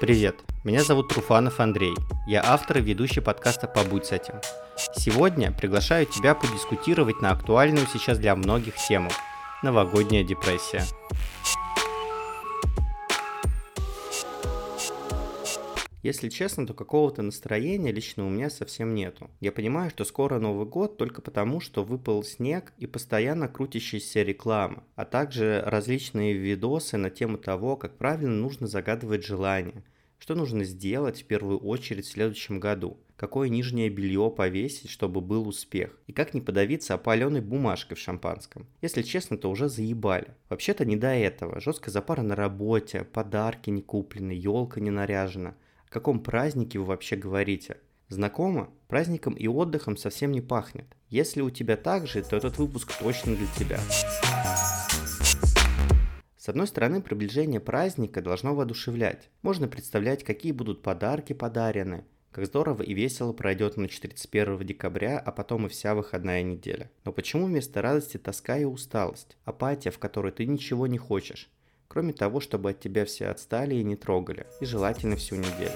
Привет, меня зовут Труфанов Андрей, я автор и ведущий подкаста «Побудь с этим». Сегодня приглашаю тебя подискутировать на актуальную сейчас для многих тему – новогодняя депрессия. Если честно, то какого-то настроения лично у меня совсем нету. Я понимаю, что скоро Новый год только потому, что выпал снег и постоянно крутящаяся реклама, а также различные видосы на тему того, как правильно нужно загадывать желания, что нужно сделать в первую очередь в следующем году, какое нижнее белье повесить, чтобы был успех, и как не подавиться опаленной бумажкой в шампанском. Если честно, то уже заебали. Вообще-то не до этого. Жесткая запара на работе, подарки не куплены, елка не наряжена. О каком празднике вы вообще говорите? Знакомо? Праздником и отдыхом совсем не пахнет. Если у тебя так же, то этот выпуск точно для тебя. С одной стороны, приближение праздника должно воодушевлять. Можно представлять, какие будут подарки подарены, как здорово и весело пройдет ночь 31 декабря, а потом и вся выходная неделя. Но почему вместо радости тоска и усталость? Апатия, в которой ты ничего не хочешь? Кроме того, чтобы от тебя все отстали и не трогали, и желательно всю неделю.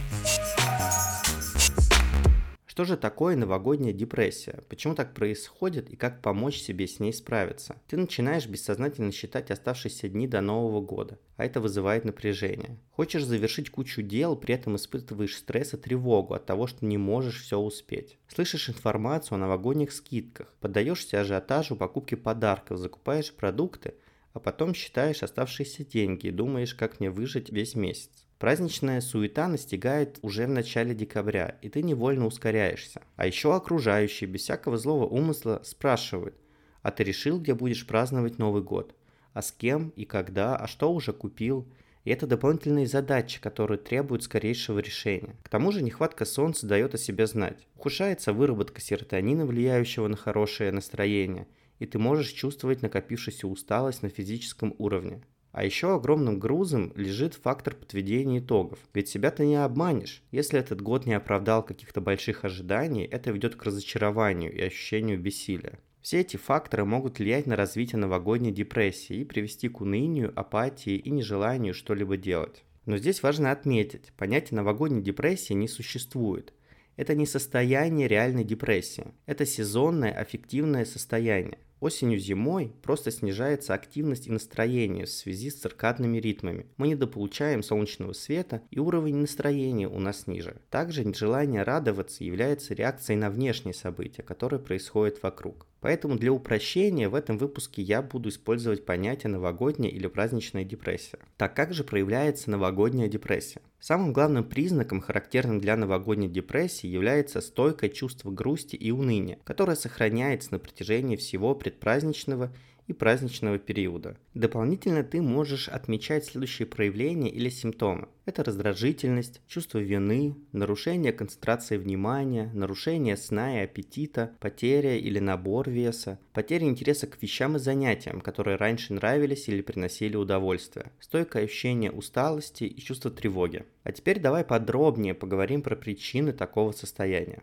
Что же такое новогодняя депрессия? Почему так происходит и как помочь себе с ней справиться? Ты начинаешь бессознательно считать оставшиеся дни до Нового года, а это вызывает напряжение. Хочешь завершить кучу дел, при этом испытываешь стресс и тревогу от того, что не можешь все успеть. Слышишь информацию о новогодних скидках, поддаешься ажиотажу покупки подарков, закупаешь продукты, а потом считаешь оставшиеся деньги и думаешь, как мне выжить весь месяц. Праздничная суета настигает уже в начале декабря, и ты невольно ускоряешься. А еще окружающие, без всякого злого умысла, спрашивают: а ты решил, где будешь праздновать Новый год? А с кем и когда? А что уже купил? И это дополнительные задачи, которые требуют скорейшего решения. К тому же нехватка солнца дает о себе знать. Ухудшается выработка серотонина, влияющего на хорошее настроение, и ты можешь чувствовать накопившуюся усталость на физическом уровне. А еще огромным грузом лежит фактор подведения итогов. Ведь себя ты не обманешь. Если этот год не оправдал каких-то больших ожиданий, это ведет к разочарованию и ощущению бессилия. Все эти факторы могут влиять на развитие новогодней депрессии и привести к унынию, апатии и нежеланию что-либо делать. Но здесь важно отметить, понятие новогодней депрессии не существует. Это не состояние реальной депрессии. Это сезонное аффективное состояние. Осенью-зимой просто снижается активность и настроение в связи с циркадными ритмами. Мы недополучаем солнечного света, и уровень настроения у нас ниже. Также нежелание радоваться является реакцией на внешние события, которые происходят вокруг. Поэтому для упрощения в этом выпуске я буду использовать понятие новогодняя или праздничная депрессия. Так как же проявляется новогодняя депрессия? Самым главным признаком, характерным для новогодней депрессии, является стойкое чувство грусти и уныния, которое сохраняется на протяжении всего предпраздничного и праздничного периода. Дополнительно ты можешь отмечать следующие проявления или симптомы. Это раздражительность, чувство вины, нарушение концентрации внимания, нарушение сна и аппетита, потеря или набор веса, потеря интереса к вещам и занятиям, которые раньше нравились или приносили удовольствие, стойкое ощущение усталости и чувство тревоги. А теперь давай подробнее поговорим про причины такого состояния.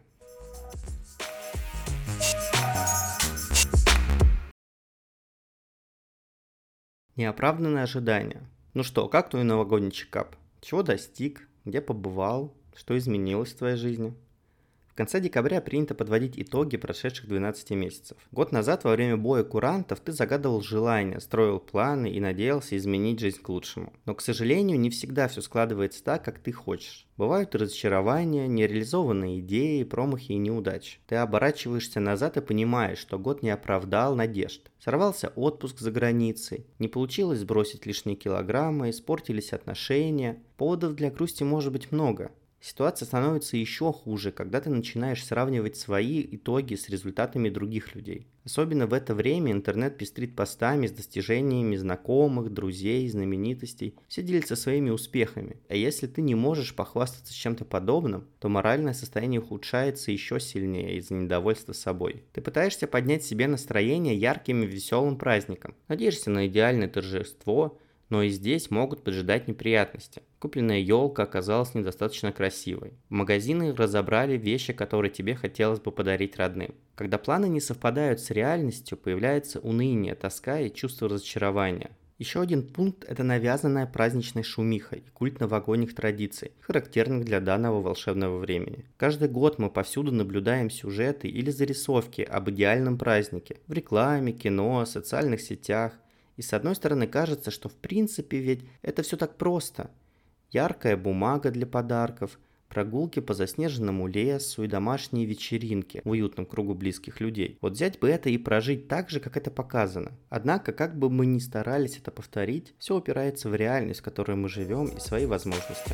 Неоправданные ожидания. Ну что, как твой новогодний чекап? Чего достиг? Где побывал? Что изменилось в твоей жизни? В конце декабря принято подводить итоги прошедших 12 месяцев. Год назад во время боя курантов ты загадывал желания, строил планы и надеялся изменить жизнь к лучшему. Но, к сожалению, не всегда все складывается так, как ты хочешь. Бывают разочарования, нереализованные идеи, промахи и неудачи. Ты оборачиваешься назад и понимаешь, что год не оправдал надежд. Сорвался отпуск за границей, не получилось сбросить лишние килограммы, испортились отношения. Поводов для грусти может быть много. Ситуация становится еще хуже, когда ты начинаешь сравнивать свои итоги с результатами других людей. Особенно в это время интернет пестрит постами с достижениями знакомых, друзей, знаменитостей. Все делятся своими успехами. А если ты не можешь похвастаться чем-то подобным, то моральное состояние ухудшается еще сильнее из-за недовольства собой. Ты пытаешься поднять себе настроение ярким и веселым праздником. Надеешься на идеальное торжество, но и здесь могут поджидать неприятности. Купленная елка оказалась недостаточно красивой. В магазинах разобрали вещи, которые тебе хотелось бы подарить родным. Когда планы не совпадают с реальностью, появляется уныние, тоска и чувство разочарования. Еще один пункт – это навязанная праздничная шумиха и культ новогодних традиций, характерных для данного волшебного времени. Каждый год мы повсюду наблюдаем сюжеты или зарисовки об идеальном празднике в рекламе, кино, социальных сетях. И с одной стороны кажется, что в принципе ведь это все так просто. Яркая бумага для подарков, прогулки по заснеженному лесу и домашние вечеринки в уютном кругу близких людей. Вот взять бы это и прожить так же, как это показано. Однако, как бы мы ни старались это повторить, все упирается в реальность, в которой мы живем, и свои возможности.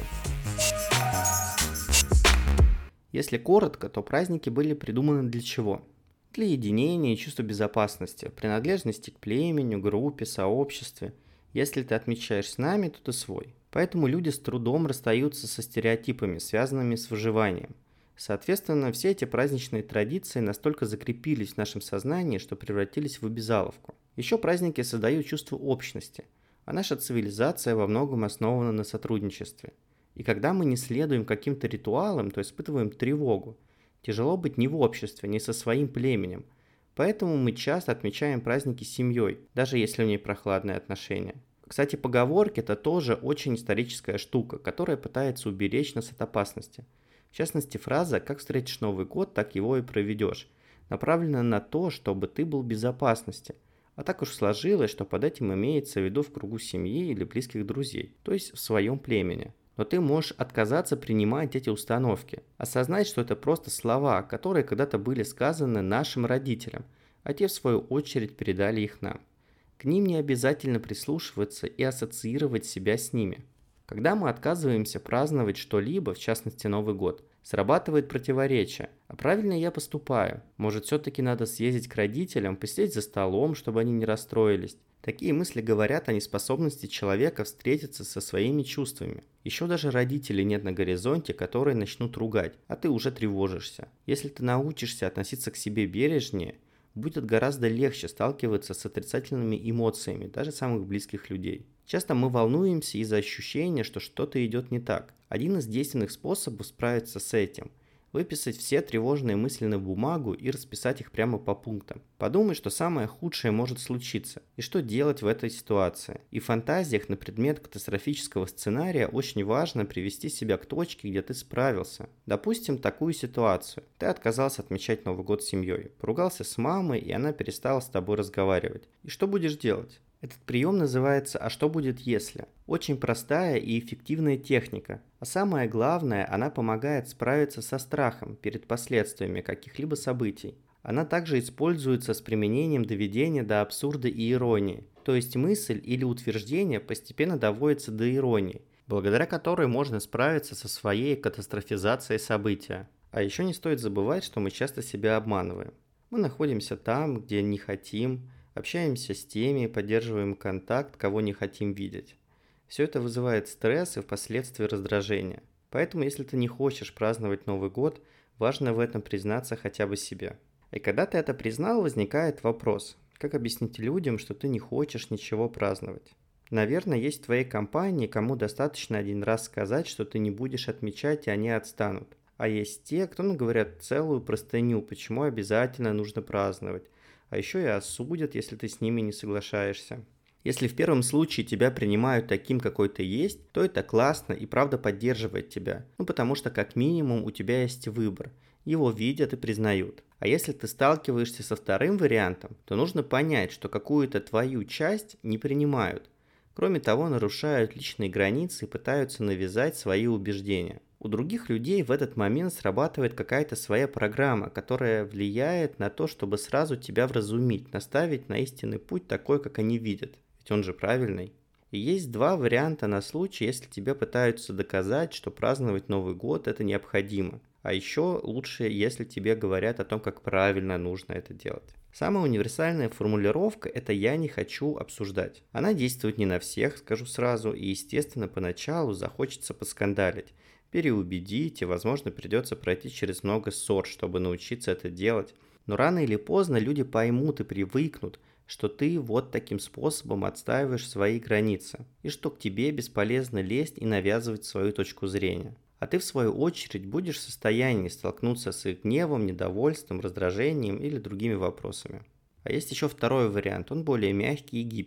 Если коротко, то праздники были придуманы для чего? Для единения и чувства безопасности, принадлежности к племени, группе, сообществе. Если ты отмечаешь с нами, то ты свой. Поэтому люди с трудом расстаются со стереотипами, связанными с выживанием. Соответственно, все эти праздничные традиции настолько закрепились в нашем сознании, что превратились в обязаловку. Еще праздники создают чувство общности, а наша цивилизация во многом основана на сотрудничестве. И когда мы не следуем каким-то ритуалам, то испытываем тревогу. Тяжело быть ни в обществе, ни со своим племенем. Поэтому мы часто отмечаем праздники с семьей, даже если в ней прохладные отношения. Кстати, поговорки – это тоже очень историческая штука, которая пытается уберечь нас от опасности. В частности, фраза «как встретишь Новый год, так его и проведешь» направлена на то, чтобы ты был в безопасности. А так уж сложилось, что под этим имеется в виду в кругу семьи или близких друзей, то есть в своем племени. Но ты можешь отказаться принимать эти установки, осознать, что это просто слова, которые когда-то были сказаны нашим родителям, а те в свою очередь передали их нам. К ним не обязательно прислушиваться и ассоциировать себя с ними. Когда мы отказываемся праздновать что-либо, в частности Новый год, срабатывает противоречие. А правильно я поступаю? Может, все-таки надо съездить к родителям, посидеть за столом, чтобы они не расстроились? Такие мысли говорят о неспособности человека встретиться со своими чувствами. Еще даже родителей нет на горизонте, которые начнут ругать, а ты уже тревожишься. Если ты научишься относиться к себе бережнее, будет гораздо легче сталкиваться с отрицательными эмоциями даже самых близких людей. Часто мы волнуемся из-за ощущения, что что-то идет не так. Один из действенных способов справиться с этим – выписать все тревожные мысли на бумагу и расписать их прямо по пунктам. Подумай, что самое худшее может случиться, и что делать в этой ситуации. И в фантазиях на предмет катастрофического сценария очень важно привести себя к точке, где ты справился. Допустим, такую ситуацию. Ты отказался отмечать Новый год с семьей, поругался с мамой, и она перестала с тобой разговаривать. И что будешь делать? Этот прием называется «А что будет если?». Очень простая и эффективная техника. А самое главное, она помогает справиться со страхом перед последствиями каких-либо событий. Она также используется с применением доведения до абсурда и иронии. То есть мысль или утверждение постепенно доводится до иронии, благодаря которой можно справиться со своей катастрофизацией события. А еще не стоит забывать, что мы часто себя обманываем. Мы находимся там, где не хотим, общаемся с теми, поддерживаем контакт, кого не хотим видеть. Все это вызывает стресс и впоследствии раздражение. Поэтому, если ты не хочешь праздновать Новый год, важно в этом признаться хотя бы себе. И когда ты это признал, возникает вопрос, как объяснить людям, что ты не хочешь ничего праздновать? Наверное, есть в твоей компании, кому достаточно один раз сказать, что ты не будешь отмечать, и они отстанут. А есть те, кто говорят целую простыню, почему обязательно нужно праздновать. А еще и осудят, если ты с ними не соглашаешься. Если в первом случае тебя принимают таким, какой ты есть, то это классно и правда поддерживает тебя. Потому что как минимум у тебя есть выбор. Его видят и признают. А если ты сталкиваешься со вторым вариантом, то нужно понять, что какую-то твою часть не принимают. Кроме того, нарушают личные границы и пытаются навязать свои убеждения. У других людей в этот момент срабатывает какая-то своя программа, которая влияет на то, чтобы сразу тебя вразумить, наставить на истинный путь такой, как они видят. Ведь он же правильный. И есть два варианта на случай, если тебе пытаются доказать, что праздновать Новый год это необходимо. А еще лучше, если тебе говорят о том, как правильно нужно это делать. Самая универсальная формулировка – это «я не хочу обсуждать». Она действует не на всех, скажу сразу, и, естественно, поначалу захочется поскандалить, переубедить, и, возможно, придется пройти через много ссор, чтобы научиться это делать. Но рано или поздно люди поймут и привыкнут, что ты вот таким способом отстаиваешь свои границы, и что к тебе бесполезно лезть и навязывать свою точку зрения. А ты, в свою очередь, будешь в состоянии столкнуться с их гневом, недовольством, раздражением или другими вопросами. А есть еще второй вариант, он более мягкий и гибкий.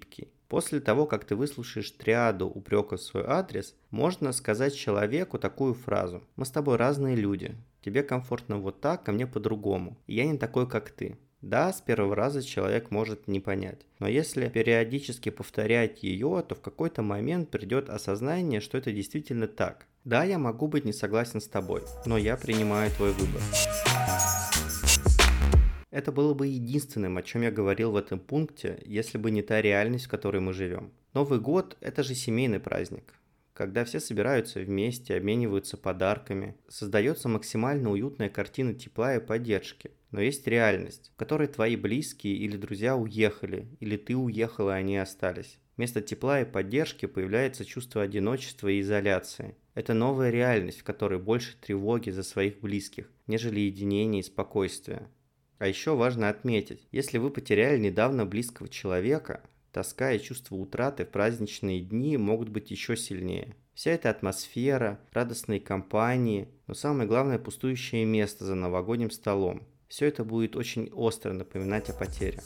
После того, как ты выслушаешь триаду упреков в свой адрес, можно сказать человеку такую фразу: «Мы с тобой разные люди. Тебе комфортно вот так, а мне по-другому. И я не такой, как ты». Да, с первого раза человек может не понять, но если периодически повторять ее, то в какой-то момент придет осознание, что это действительно так. Да, я могу быть не согласен с тобой, но я принимаю твой выбор. Это было бы единственным, о чем я говорил в этом пункте, если бы не та реальность, в которой мы живем. Новый год – это же семейный праздник, когда все собираются вместе, обмениваются подарками, создается максимально уютная картина тепла и поддержки. Но есть реальность, в которой твои близкие или друзья уехали, или ты уехал, и они остались. Вместо тепла и поддержки появляется чувство одиночества и изоляции. Это новая реальность, в которой больше тревоги за своих близких, нежели единения и спокойствия. А еще важно отметить, если вы потеряли недавно близкого человека, тоска и чувство утраты в праздничные дни могут быть еще сильнее. Вся эта атмосфера, радостные компании, но самое главное пустующее место за новогодним столом. Все это будет очень остро напоминать о потере.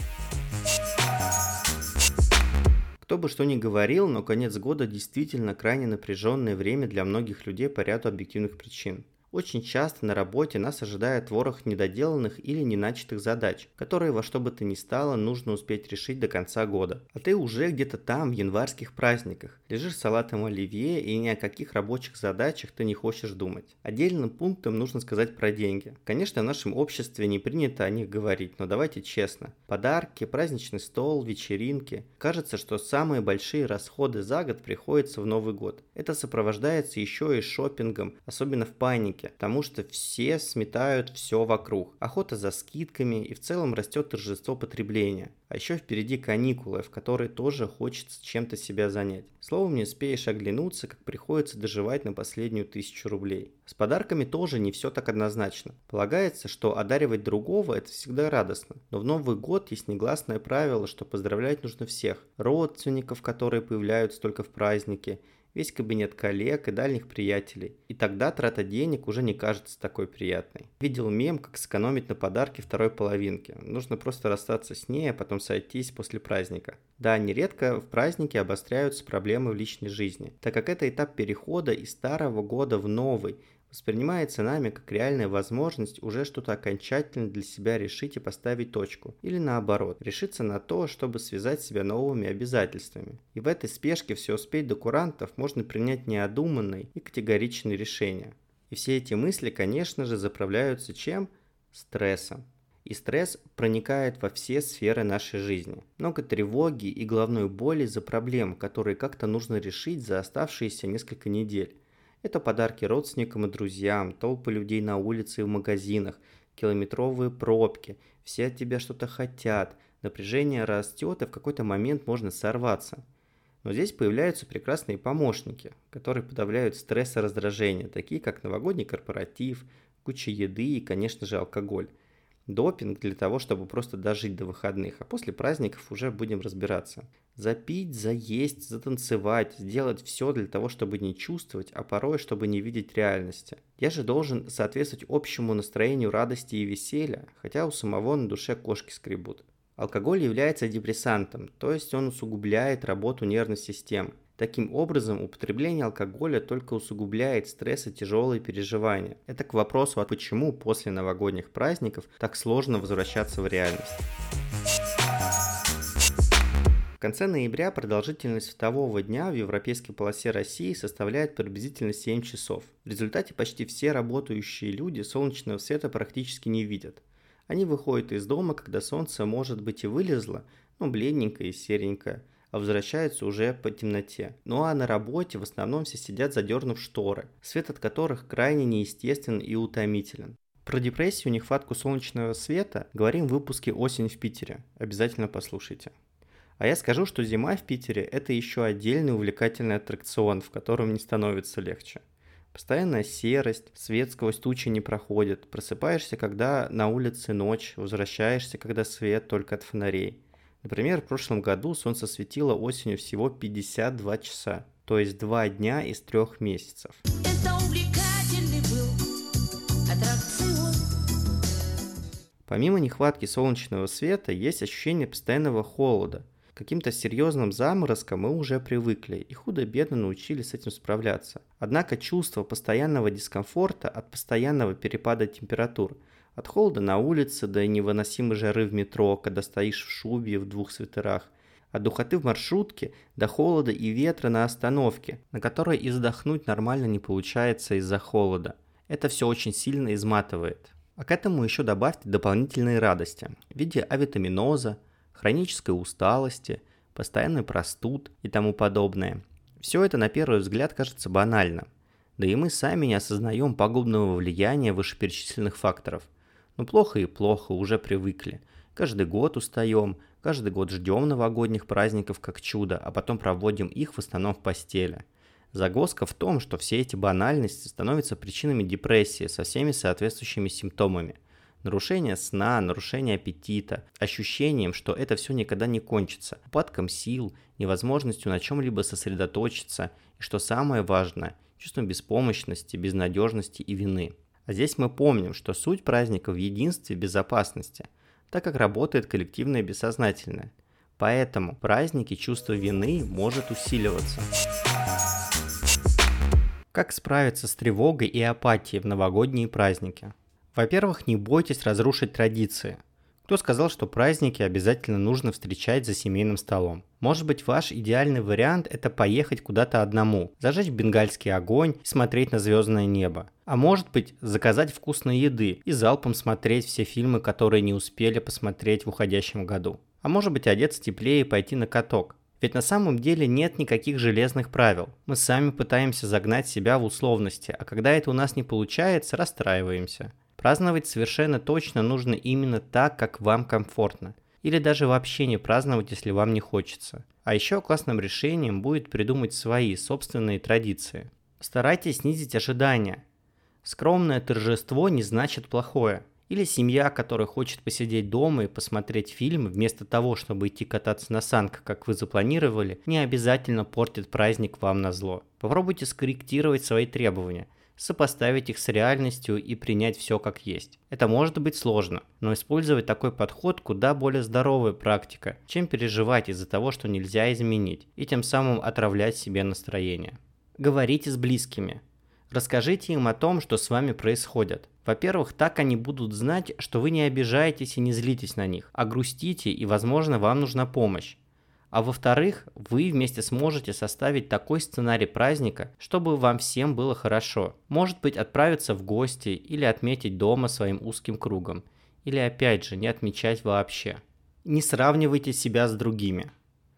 Кто бы что ни говорил, но конец года действительно крайне напряженное время для многих людей по ряду объективных причин. Очень часто на работе нас ожидает ворох недоделанных или неначатых задач, которые во что бы то ни стало нужно успеть решить до конца года. А ты уже где-то там, в январских праздниках, лежишь с салатом оливье и ни о каких рабочих задачах ты не хочешь думать. Отдельным пунктом нужно сказать про деньги. Конечно, в нашем обществе не принято о них говорить, но давайте честно. Подарки, праздничный стол, вечеринки. Кажется, что самые большие расходы за год приходятся в Новый год. Это сопровождается еще и шопингом, особенно в панике, потому что все сметают все вокруг. Охота за скидками, и в целом растет торжество потребления. А еще впереди каникулы, в которые тоже хочется чем-то себя занять. Словом, не успеешь оглянуться, как приходится доживать на последнюю 1000 рублей. С подарками тоже не все так однозначно. Полагается, что одаривать другого – это всегда радостно. Но в Новый год есть негласное правило, что поздравлять нужно всех. Родственников, которые появляются только в праздники, весь кабинет коллег и дальних приятелей. И тогда трата денег уже не кажется такой приятной. Видел мем, как сэкономить на подарке второй половинки. Нужно просто расстаться с ней, а потом сойтись после праздника. Да, нередко в праздники обостряются проблемы в личной жизни, так как это этап перехода из старого года в новый, воспринимается нами как реальная возможность уже что-то окончательно для себя решить и поставить точку. Или наоборот, решиться на то, чтобы связать себя новыми обязательствами. И в этой спешке все успеть до курантов можно принять неодуманные и категоричные решения. И все эти мысли, конечно же, заправляются чем? Стрессом. И стресс проникает во все сферы нашей жизни. Много тревоги и головной боли из-за проблем, которые как-то нужно решить за оставшиеся несколько недель. Это подарки родственникам и друзьям, толпы людей на улице и в магазинах, километровые пробки, все от тебя что-то хотят, напряжение растет, и в какой-то момент можно сорваться. Но здесь появляются прекрасные помощники, которые подавляют стресс и раздражение, такие как новогодний корпоратив, куча еды и, конечно же, алкоголь. Допинг для того, чтобы просто дожить до выходных, а после праздников уже будем разбираться. Запить, заесть, затанцевать, сделать все для того, чтобы не чувствовать, а порой, чтобы не видеть реальности. Я же должен соответствовать общему настроению радости и веселья, хотя у самого на душе кошки скребут. Алкоголь является депрессантом, то есть он усугубляет работу нервной системы. Таким образом, употребление алкоголя только усугубляет стресс и тяжелые переживания. Это к вопросу, почему после новогодних праздников так сложно возвращаться в реальность. В конце ноября продолжительность светового дня в европейской полосе России составляет приблизительно 7 часов. В результате почти все работающие люди солнечного света практически не видят. Они выходят из дома, когда солнце, может быть, и вылезло, но бледненькое и серенькое, а возвращаются уже по темноте. Ну а на работе в основном все сидят, задернув шторы, свет от которых крайне неестествен и утомителен. Про депрессию, нехватку солнечного света говорим в выпуске «Осень в Питере». Обязательно послушайте. А я скажу, что зима в Питере – это еще отдельный увлекательный аттракцион, в котором не становится легче. Постоянная серость, свет сквозь тучи не проходит, просыпаешься, когда на улице ночь, возвращаешься, когда свет только от фонарей. Например, в прошлом году солнце светило осенью всего 52 часа, то есть 2 дня из 3 месяцев. Это увлекательный был аттракцион. Помимо нехватки солнечного света, есть ощущение постоянного холода. каким-то серьезным заморозкам мы уже привыкли и худо-бедно научились с этим справляться. Однако чувство постоянного дискомфорта от постоянного перепада температур, от холода на улице до невыносимой жары в метро, когда стоишь в шубе и в 2 свитерах, от духоты в маршрутке до холода и ветра на остановке, на которой и вздохнуть нормально не получается из-за холода. Это все очень сильно изматывает. А к этому еще добавьте дополнительные радости в виде авитаминоза, хронической усталости, постоянный простуд и тому подобное. Все это на первый взгляд кажется банально. Да и мы сами не осознаем пагубного влияния вышеперечисленных факторов. Но плохо и плохо, уже привыкли. Каждый год устаем, каждый год ждем новогодних праздников как чудо, а потом проводим их в основном в постели. Загвоздка в том, что все эти банальности становятся причинами депрессии со всеми соответствующими симптомами. Нарушение сна, нарушение аппетита, ощущением, что это все никогда не кончится, упадком сил, невозможностью на чем-либо сосредоточиться и, что самое важное, чувством беспомощности, безнадежности и вины. А здесь мы помним, что суть праздника в единстве и безопасности, так как работает коллективное бессознательное. Поэтому в празднике чувство вины может усиливаться. Как справиться с тревогой и апатией в новогодние праздники? Во-первых, не бойтесь разрушить традиции. Кто сказал, что праздники обязательно нужно встречать за семейным столом? Может быть, ваш идеальный вариант – это поехать куда-то одному, зажечь бенгальский огонь и смотреть на звездное небо. А может быть, заказать вкусной еды и залпом смотреть все фильмы, которые не успели посмотреть в уходящем году. А может быть, одеться теплее и пойти на каток. Ведь на самом деле нет никаких железных правил. Мы сами пытаемся загнать себя в условности, а когда это у нас не получается, расстраиваемся. Праздновать совершенно точно нужно именно так, как вам комфортно. Или даже вообще не праздновать, если вам не хочется. А еще классным решением будет придумать свои собственные традиции. Старайтесь снизить ожидания. Скромное торжество не значит плохое. Или семья, которая хочет посидеть дома и посмотреть фильм, вместо того, чтобы идти кататься на санках, как вы запланировали, не обязательно портит праздник вам назло. Попробуйте скорректировать свои требования, сопоставить их с реальностью и принять все как есть. Это может быть сложно, но использовать такой подход куда более здоровая практика, чем переживать из-за того, что нельзя изменить, и тем самым отравлять себе настроение. Говорите с близкими. Расскажите им о том, что с вами происходит. Во-первых, так они будут знать, что вы не обижаетесь и не злитесь на них, а грустите и, возможно, вам нужна помощь. А во-вторых, вы вместе сможете составить такой сценарий праздника, чтобы вам всем было хорошо. Может быть, отправиться в гости или отметить дома своим узким кругом. Или опять же, не отмечать вообще. Не сравнивайте себя с другими.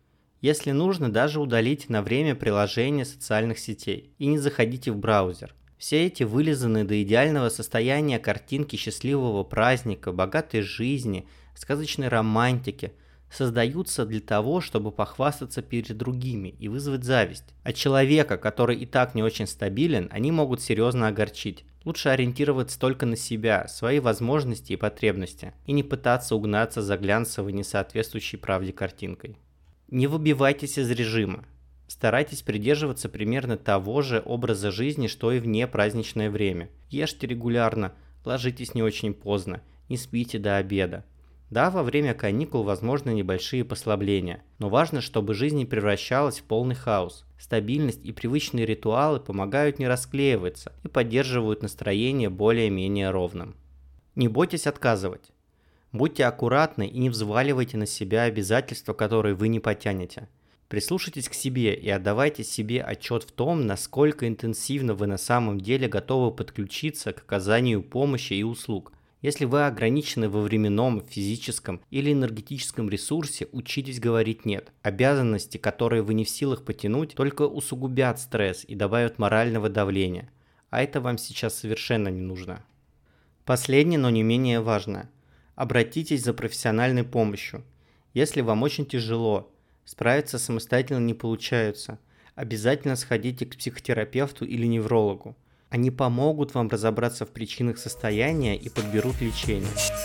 Если нужно, даже удалите на время приложения социальных сетей и не заходите в браузер. Все эти вылизанные до идеального состояния картинки счастливого праздника, богатой жизни, сказочной романтики создаются для того, чтобы похвастаться перед другими и вызвать зависть. А человека, который и так не очень стабилен, они могут серьезно огорчить. Лучше ориентироваться только на себя, свои возможности и потребности, и не пытаться угнаться за глянцевой, несоответствующей правде картинкой. Не выбивайтесь из режима. Старайтесь придерживаться примерно того же образа жизни, что и вне праздничное время. Ешьте регулярно, ложитесь не очень поздно, не спите до обеда. Да, во время каникул возможны небольшие послабления, но важно, чтобы жизнь не превращалась в полный хаос. Стабильность и привычные ритуалы помогают не расклеиваться и поддерживают настроение более-менее ровным. Не бойтесь отказывать. Будьте аккуратны и не взваливайте на себя обязательства, которые вы не потянете. Прислушайтесь к себе и отдавайте себе отчет в том, насколько интенсивно вы на самом деле готовы подключиться к оказанию помощи и услуг. Если вы ограничены во временном, физическом или энергетическом ресурсе, учитесь говорить «нет». Обязанности, которые вы не в силах потянуть, только усугубят стресс и добавят морального давления. А это вам сейчас совершенно не нужно. Последнее, но не менее важное. Обратитесь за профессиональной помощью. Если вам очень тяжело, справиться самостоятельно не получается, обязательно сходите к психотерапевту или неврологу. Они помогут вам разобраться в причинах состояния и подберут лечение.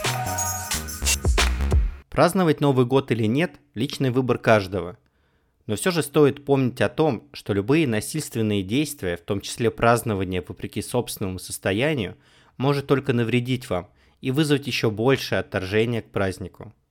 Праздновать Новый год или нет – личный выбор каждого. Но все же стоит помнить о том, что любые насильственные действия, в том числе празднование вопреки собственному состоянию, может только навредить вам и вызвать еще большее отторжение к празднику.